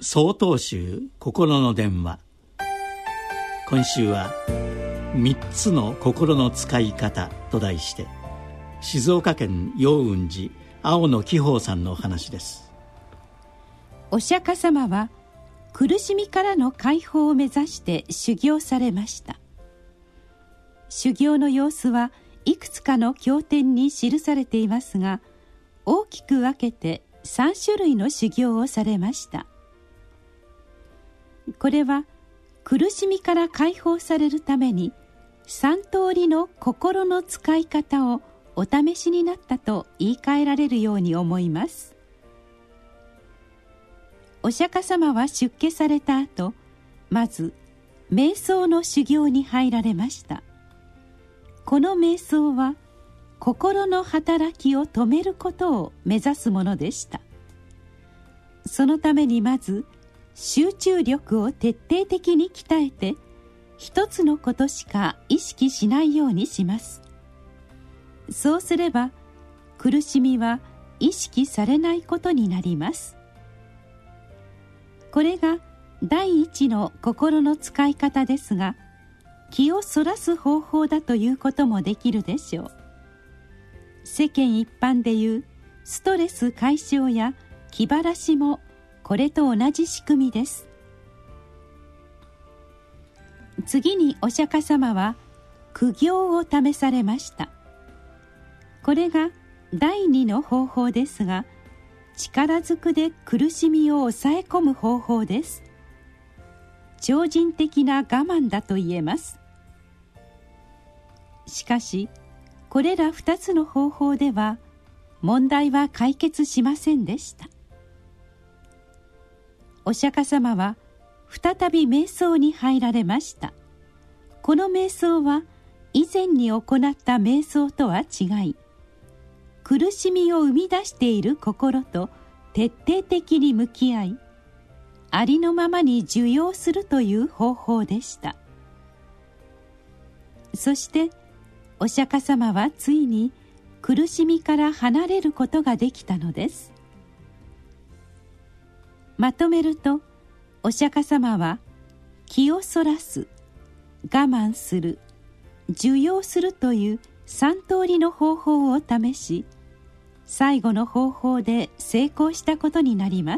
曹洞宗心の電話。今週は3つの心の使い方と題して、静岡県陽雲寺青野喜宝さんのお話です。 お釈迦様は苦しみからの解放を目指して修行されました。修行の様子はいくつかの経典に記されていますが、大きく分けて3種類の修行をされました。これは苦しみから解放されるために3通りの心の使い方をお試しになったと言い換えられるように思います。お釈迦様は出家された後、まず瞑想の修行に入られました。この瞑想は心の働きを止めることを目指すものでした。そのためにまず集中力を徹底的に鍛えて、一つのことしか意識しないようにします。そうすれば苦しみは意識されないことになります。これが第一の心の使い方ですが、気をそらす方法だということもできるでしょう。世間一般でいうストレス解消や気晴らしもこれと同じ仕組みです。次にお釈迦様は苦行を試されました。これが第二の方法ですが、力ずくで苦しみを抑え込む方法です。超人的な我慢だと言えます。しかしこれら2つの方法では問題は解決しませんでした。お釈迦様は再び瞑想に入られました。この瞑想は以前に行った瞑想とは違い、苦しみを生み出している心と徹底的に向き合い、ありのままに受容するという方法でした。そしてお釈迦様はついに苦しみから離れることができたのです。まとめると、お釈迦様は気をそらす、我慢する、受容するという3通りの方法を試し、最後の方法で成功したことになります。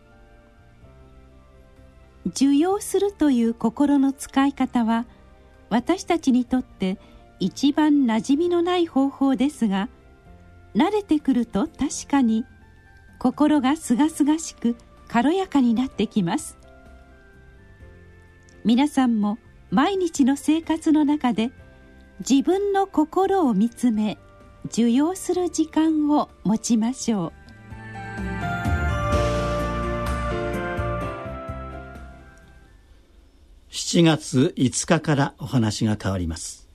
受容するという心の使い方は、私たちにとって一番馴染みのない方法ですが、慣れてくると確かに心がすがすがしく軽やかになってきます。皆さんも毎日の生活の中で自分の心を見つめ受容する時間を持ちましょう。 7月5日からお話が変わります。